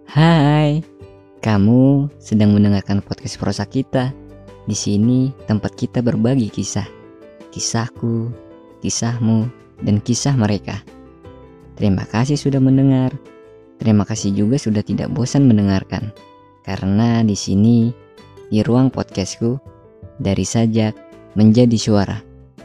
Hai, kamu sedang mendengarkan podcast prosa kita. Di sini tempat kita berbagi kisah, kisahku, kisahmu, dan kisah mereka. Terima kasih sudah mendengar. Terima kasih juga sudah tidak bosan mendengarkan. Karena di sini, di ruang podcastku, dari sajak menjadi suara.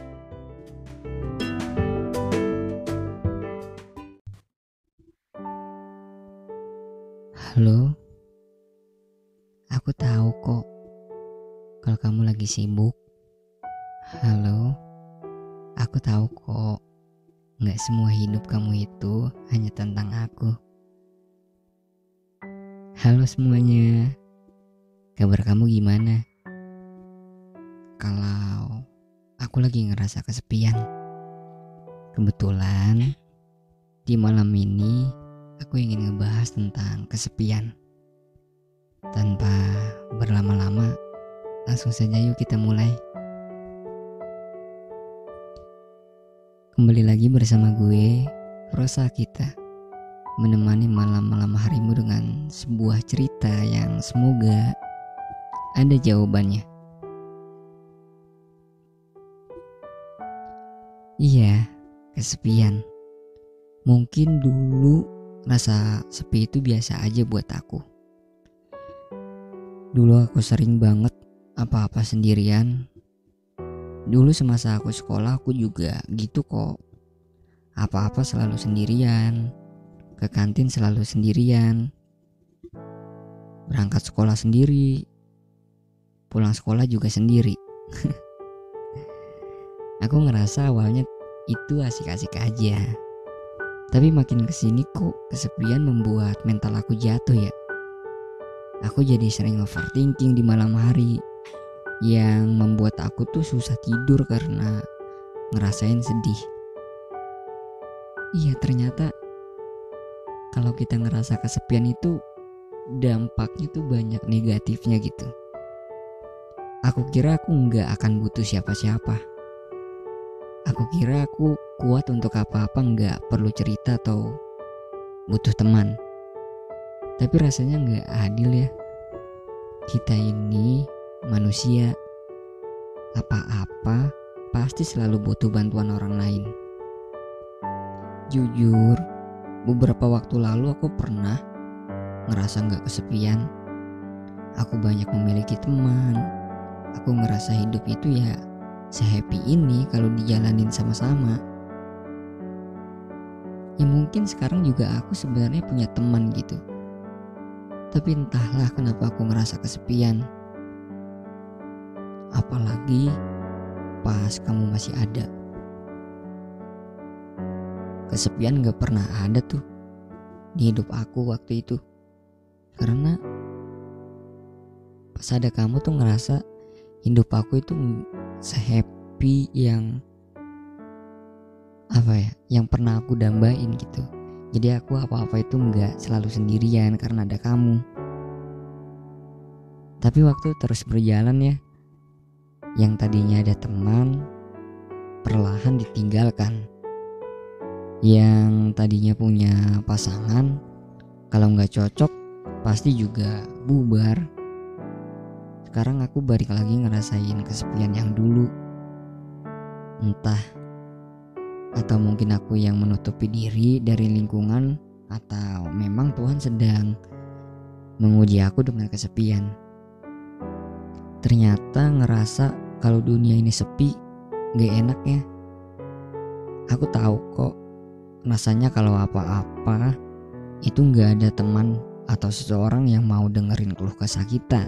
Halo, aku tahu kok kalau kamu lagi sibuk. Halo, aku tahu kok gak semua hidup kamu itu hanya tentang aku. Halo semuanya, kabar kamu gimana? Kalau aku lagi ngerasa kesepian, kebetulan di malam ini aku ingin ngebahas tentang kesepian. Tanpa berlama-lama, langsung saja yuk kita mulai. Kembali lagi bersama gue, Rosa Kita, menemani malam-malam harimu dengan sebuah cerita yang semoga ada jawabannya. Iya, kesepian. Mungkin dulu rasa sepi itu biasa aja buat aku. Dulu aku sering banget apa-apa sendirian. Dulu semasa aku sekolah aku juga gitu kok. Apa-apa selalu sendirian. Ke kantin selalu sendirian. Berangkat sekolah sendiri. Pulang sekolah juga sendiri. Aku ngerasa awalnya itu asik-asik aja. Tapi makin kesini kok kesepian membuat mental aku jatuh ya. Aku jadi sering overthinking di malam hari, yang membuat aku tuh susah tidur karena ngerasain sedih. Iya, ternyata kalau kita ngerasa kesepian itu dampaknya tuh banyak negatifnya gitu. Aku kira aku nggak akan butuh siapa-siapa. Aku kira aku kuat untuk apa-apa, nggak perlu cerita atau butuh teman. Tapi rasanya nggak adil ya. Kita ini manusia, apa-apa pasti selalu butuh bantuan orang lain. Jujur, beberapa waktu lalu aku pernah ngerasa nggak kesepian. Aku banyak memiliki teman. Aku ngerasa hidup itu ya se-happy ini kalau dijalanin sama-sama. Ya mungkin sekarang juga aku sebenarnya punya teman gitu. Tapi entahlah kenapa aku ngerasa kesepian. Apalagi pas kamu masih ada. Kesepian gak pernah ada tuh di hidup aku waktu itu. Karena pas ada kamu tuh ngerasa hidup aku itu se-happy yang yang pernah aku dambain gitu. Jadi aku apa-apa itu gak selalu sendirian karena ada kamu. Tapi waktu terus berjalan ya. Yang tadinya ada teman perlahan ditinggalkan. Yang tadinya punya pasangan, kalau gak cocok pasti juga bubar. Sekarang aku balik lagi ngerasain kesepian yang dulu. Entah, atau mungkin aku yang menutupi diri dari lingkungan, atau memang Tuhan sedang menguji aku dengan kesepian. Ternyata ngerasa kalau dunia ini sepi gak enak ya. Aku tahu kok rasanya kalau apa-apa itu gak ada teman atau seseorang yang mau dengerin keluh kesah kita.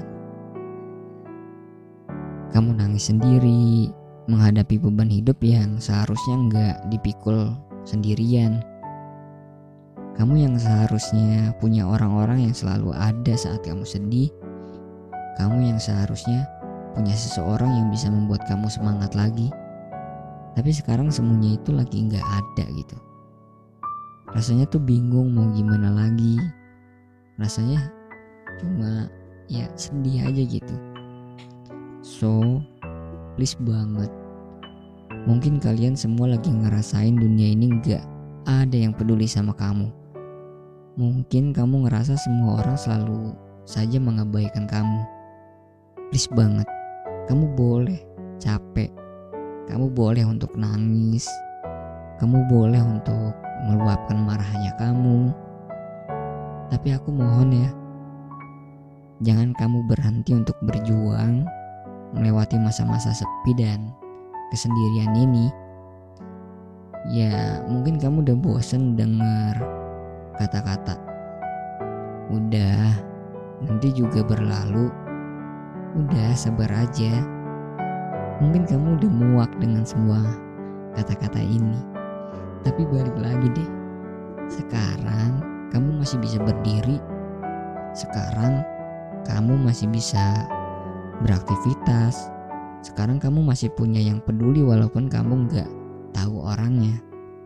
Kamu nangis sendiri menghadapi beban hidup yang seharusnya gak dipikul sendirian. Kamu yang seharusnya punya orang-orang yang selalu ada saat kamu sedih. Kamu yang seharusnya punya seseorang yang bisa membuat kamu semangat lagi. Tapi sekarang semuanya itu lagi gak ada gitu. Rasanya tuh bingung mau gimana lagi. Rasanya cuma ya sedih aja gitu. So, please banget, mungkin kalian semua lagi ngerasain dunia ini gak ada yang peduli sama kamu. Mungkin kamu ngerasa semua orang selalu saja mengabaikan kamu. Please banget, kamu boleh capek, kamu boleh untuk nangis, kamu boleh untuk meluapkan marahnya kamu. Tapi aku mohon ya, jangan kamu berhenti untuk berjuang melewati masa-masa sepi dan kesendirian ini. Ya mungkin kamu udah bosen denger kata-kata udah, nanti juga berlalu, udah sabar aja. Mungkin kamu udah muak dengan semua kata-kata ini. Tapi balik lagi deh, sekarang kamu masih bisa berdiri, sekarang kamu masih bisa beraktivitas, sekarang kamu masih punya yang peduli walaupun kamu gak tahu orangnya.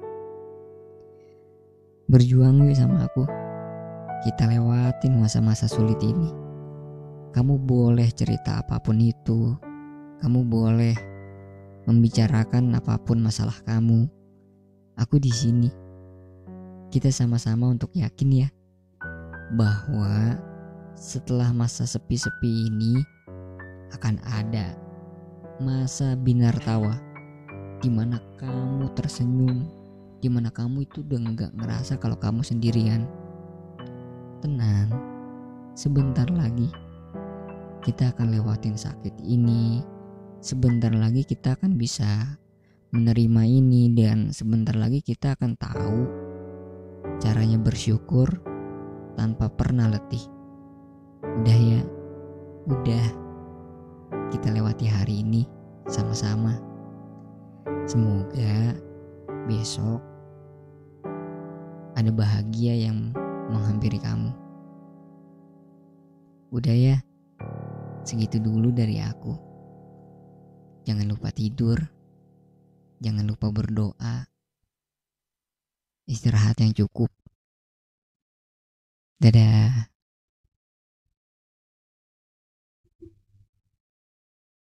Berjuang yuk sama aku, kita lewatin masa-masa sulit ini. Kamu boleh cerita apapun itu, kamu boleh membicarakan apapun masalah kamu. Aku di sini. Kita sama-sama untuk yakin ya, bahwa setelah masa sepi-sepi ini akan ada masa binar tawa, dimana kamu tersenyum, dimana kamu itu udah gak ngerasa kalau kamu sendirian. Tenang, sebentar lagi kita akan lewatin sakit ini, sebentar lagi kita akan bisa menerima ini, dan sebentar lagi kita akan tahu caranya bersyukur tanpa pernah letih. Udah ya, udah, kita lewati hari ini sama-sama. Semoga besok ada bahagia yang menghampiri kamu. Udah ya, segitu dulu dari aku. Jangan lupa tidur, jangan lupa berdoa, istirahat yang cukup. Dadah.